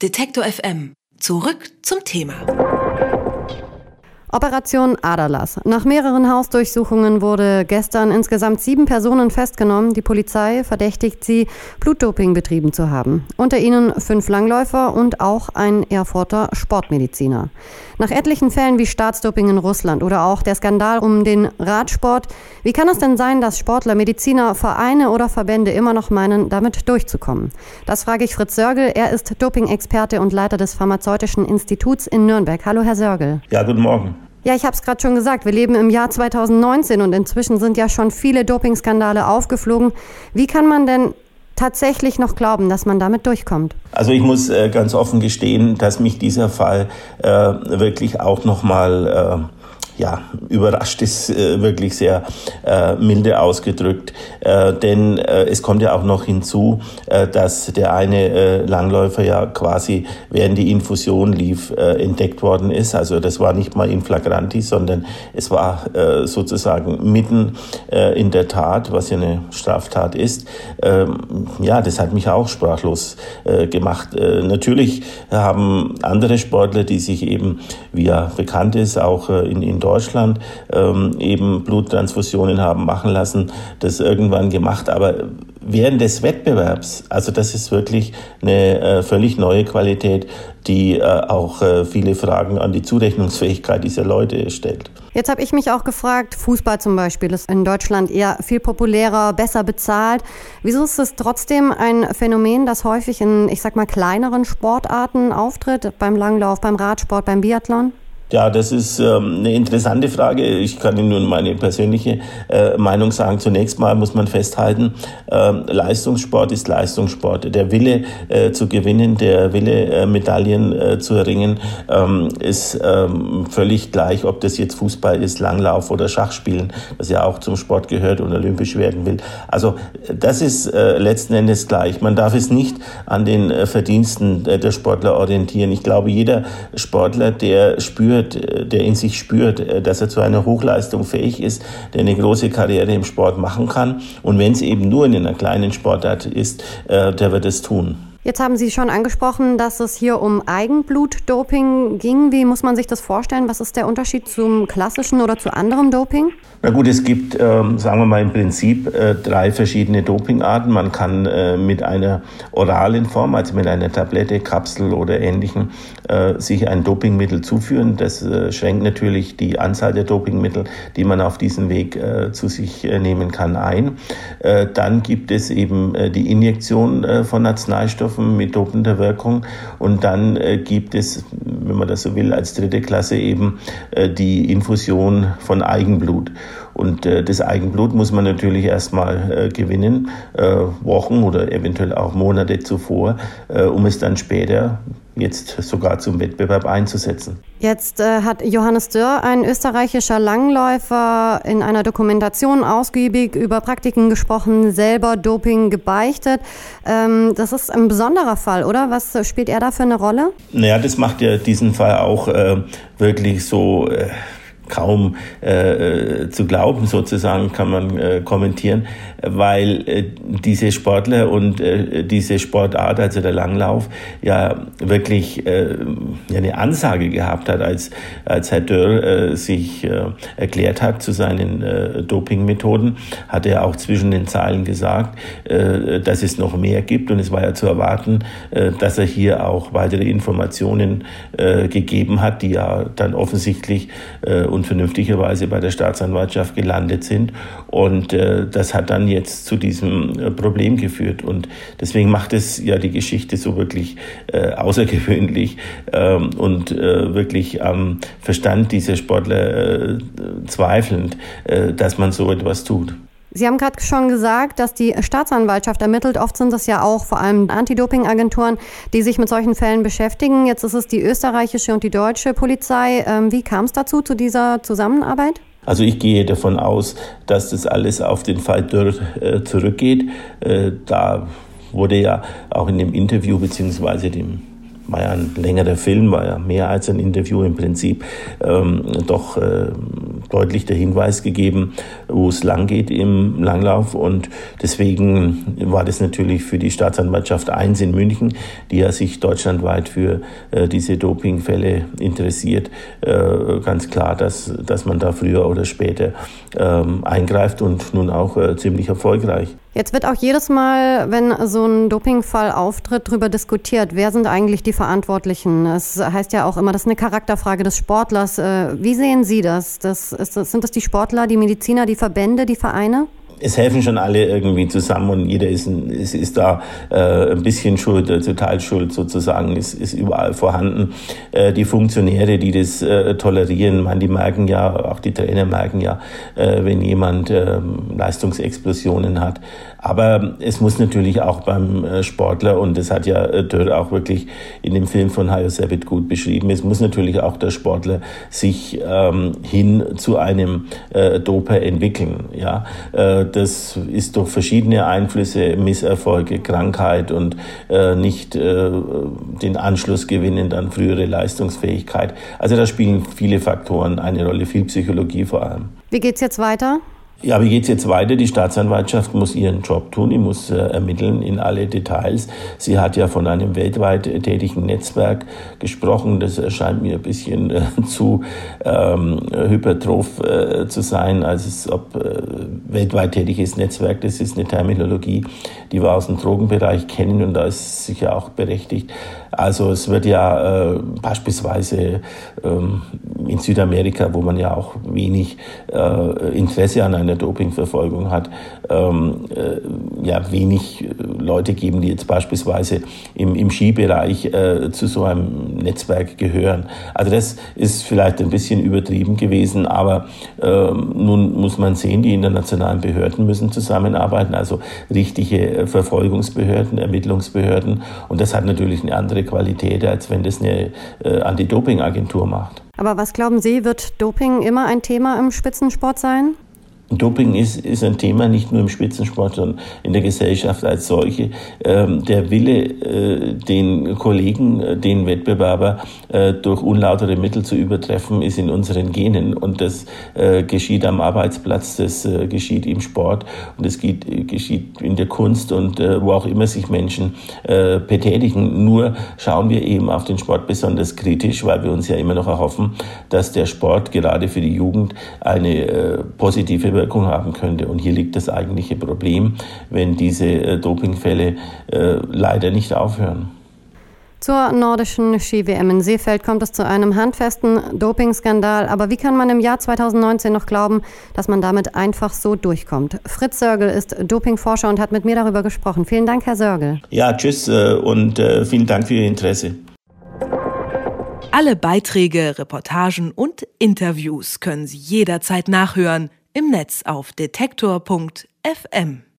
Detektor FM. Zurück zum Thema. Operation Aderlass. Nach mehreren Hausdurchsuchungen wurde gestern insgesamt 7 Personen festgenommen. Die Polizei verdächtigt sie, Blutdoping betrieben zu haben. Unter ihnen 5 Langläufer und auch ein Erfurter Sportmediziner. Nach etlichen Fällen wie Staatsdoping in Russland oder auch der Skandal um den Radsport, wie kann es denn sein, dass Sportler, Mediziner, Vereine oder Verbände immer noch meinen, damit durchzukommen? Das frage ich Fritz Sörgel. Er ist Doping-Experte und Leiter des Pharmazeutischen Instituts in Nürnberg. Hallo, Herr Sörgel. Ja, guten Morgen. Ja, ich habe es gerade schon gesagt, wir leben im Jahr 2019 und inzwischen sind ja schon viele Dopingskandale aufgeflogen. Wie kann man denn tatsächlich noch glauben, dass man damit durchkommt? Also ich muss ganz offen gestehen, dass mich dieser Fall wirklich auch nochmal überrascht ist, wirklich sehr milde ausgedrückt, denn es kommt ja auch noch hinzu, dass der eine Langläufer ja quasi während die Infusion lief entdeckt worden ist. Also das war nicht mal in flagranti, sondern es war sozusagen mitten in der Tat, was ja eine Straftat ist. Das hat mich auch sprachlos gemacht. Natürlich haben andere Sportler, die sich eben, wie ja bekannt ist, auch in Deutschland eben Bluttransfusionen haben machen lassen, das irgendwann gemacht. Aber während des Wettbewerbs, also das ist wirklich eine völlig neue Qualität, die auch viele Fragen an die Zurechnungsfähigkeit dieser Leute stellt. Jetzt habe ich mich auch gefragt, Fußball zum Beispiel ist in Deutschland eher viel populärer, besser bezahlt. Wieso ist es trotzdem ein Phänomen, das häufig in, kleineren Sportarten auftritt, beim Langlauf, beim Radsport, beim Biathlon? Ja, das ist eine interessante Frage. Ich kann Ihnen nun meine persönliche Meinung sagen. Zunächst mal muss man festhalten, Leistungssport ist Leistungssport. Der Wille zu gewinnen, der Wille Medaillen zu erringen, ist völlig gleich, ob das jetzt Fußball ist, Langlauf oder Schachspielen, das ja auch zum Sport gehört und olympisch werden will. Also das ist letzten Endes gleich. Man darf es nicht an den Verdiensten der Sportler orientieren. Ich glaube, jeder Sportler, der in sich spürt, dass er zu einer Hochleistung fähig ist, der eine große Karriere im Sport machen kann. Und wenn es eben nur in einer kleinen Sportart ist, der wird es tun. Jetzt haben Sie schon angesprochen, dass es hier um Eigenblutdoping ging. Wie muss man sich das vorstellen? Was ist der Unterschied zum klassischen oder zu anderem Doping? Na gut, es gibt, sagen wir mal im Prinzip 3 verschiedene Dopingarten. Man kann mit einer oralen Form, also mit einer Tablette, Kapsel oder Ähnlichem, sich ein Dopingmittel zuführen. Das schränkt natürlich die Anzahl der Dopingmittel, die man auf diesem Weg zu sich nehmen kann, ein. Dann gibt es eben die Injektion von Arzneistoffen mit dopender Wirkung. Und dann gibt es, wenn man das so will, als 3. Klasse eben die Infusion von Eigenblut. Und das Eigenblut muss man natürlich erstmal gewinnen, Wochen oder eventuell auch Monate zuvor, um es dann später jetzt sogar zum Wettbewerb einzusetzen. Jetzt hat Johannes Dürr, ein österreichischer Langläufer, in einer Dokumentation ausgiebig über Praktiken gesprochen, selber Doping gebeichtet. Das ist ein besonderer Fall, oder? Was spielt er da für eine Rolle? Naja, das macht ja diesen Fall auch wirklich so kaum zu glauben, sozusagen, kann man kommentieren, weil diese Sportler und diese Sportart, also der Langlauf, ja wirklich eine Ansage gehabt hat, als Herr Dürr sich erklärt hat zu seinen Dopingmethoden, hat er auch zwischen den Zeilen gesagt, dass es noch mehr gibt, und es war ja zu erwarten, dass er hier auch weitere Informationen gegeben hat, die ja dann offensichtlich und vernünftigerweise bei der Staatsanwaltschaft gelandet sind. Und das hat dann jetzt zu diesem Problem geführt. Und deswegen macht es ja die Geschichte so wirklich außergewöhnlich und wirklich am Verstand dieser Sportler zweifelnd, dass man so etwas tut. Sie haben gerade schon gesagt, dass die Staatsanwaltschaft ermittelt. Oft sind das ja auch vor allem Anti-Doping-Agenturen, die sich mit solchen Fällen beschäftigen. Jetzt ist es die österreichische und die deutsche Polizei. Wie kam es dazu, zu dieser Zusammenarbeit? Also ich gehe davon aus, dass das alles auf den Fall Dürr zurückgeht. Da wurde ja auch in dem Interview beziehungsweise war ja ein längerer Film, war ja mehr als ein Interview im Prinzip, doch deutlich der Hinweis gegeben, wo es lang geht im Langlauf. Und deswegen war das natürlich für die Staatsanwaltschaft 1 in München, die ja sich deutschlandweit für diese Dopingfälle interessiert, ganz klar, dass man da früher oder später eingreift und nun auch ziemlich erfolgreich. Jetzt wird auch jedes Mal, wenn so ein Dopingfall auftritt, darüber diskutiert, wer sind eigentlich die Verantwortlichen? Es heißt ja auch immer, das ist eine Charakterfrage des Sportlers. Wie sehen Sie das? Sind das die Sportler, die Mediziner, die Verbände, die Vereine? Es helfen schon alle irgendwie zusammen und jeder ist da ein bisschen schuld, Totalschuld sozusagen, ist überall vorhanden. Die Funktionäre, die das tolerieren, die merken ja, auch die Trainer merken ja, wenn jemand Leistungsexplosionen hat. Aber es muss natürlich auch beim Sportler, und das hat ja Dürr auch wirklich in dem Film von Hajo Seppelt gut beschrieben, es muss natürlich auch der Sportler sich hin zu einem Doper entwickeln. Ja, das ist durch verschiedene Einflüsse, Misserfolge, Krankheit und nicht den Anschluss gewinnen, dann frühere Leistungsfähigkeit. Also da spielen viele Faktoren eine Rolle, viel Psychologie vor allem. Wie geht's jetzt weiter? Ja, wie geht's jetzt weiter? Die Staatsanwaltschaft muss ihren Job tun, die muss ermitteln in alle Details. Sie hat ja von einem weltweit tätigen Netzwerk gesprochen. Das erscheint mir ein bisschen zu hypertroph zu sein, als ob weltweit tätiges Netzwerk, das ist eine Terminologie, die wir aus dem Drogenbereich kennen und da ist sicher auch berechtigt. Also es wird ja beispielsweise in Südamerika, wo man ja auch wenig Interesse an einer Dopingverfolgung hat, wenig Leute geben, die jetzt beispielsweise im Skibereich zu so einem Netzwerk gehören. Also das ist vielleicht ein bisschen übertrieben gewesen, aber nun muss man sehen, die internationalen Behörden müssen zusammenarbeiten, also richtige Verfolgungsbehörden, Ermittlungsbehörden, und das hat natürlich eine andere Qualität, als wenn das eine Anti-Doping-Agentur macht. Aber was glauben Sie, wird Doping immer ein Thema im Spitzensport sein? Doping ist ein Thema nicht nur im Spitzensport, sondern in der Gesellschaft als solche. Der Wille, den Kollegen, den Wettbewerber durch unlautere Mittel zu übertreffen, ist in unseren Genen. Und das geschieht am Arbeitsplatz, das geschieht im Sport und das geschieht in der Kunst und wo auch immer sich Menschen betätigen. Nur schauen wir eben auf den Sport besonders kritisch, weil wir uns ja immer noch erhoffen, dass der Sport gerade für die Jugend eine positive Wirkung haben könnte. Und hier liegt das eigentliche Problem, wenn diese Dopingfälle leider nicht aufhören. Zur nordischen Ski-WM in Seefeld kommt es zu einem handfesten Dopingskandal. Aber wie kann man im Jahr 2019 noch glauben, dass man damit einfach so durchkommt? Fritz Sörgel ist Dopingforscher und hat mit mir darüber gesprochen. Vielen Dank, Herr Sörgel. Ja, tschüss und vielen Dank für Ihr Interesse. Alle Beiträge, Reportagen und Interviews können Sie jederzeit nachhören im Netz auf detektor.fm.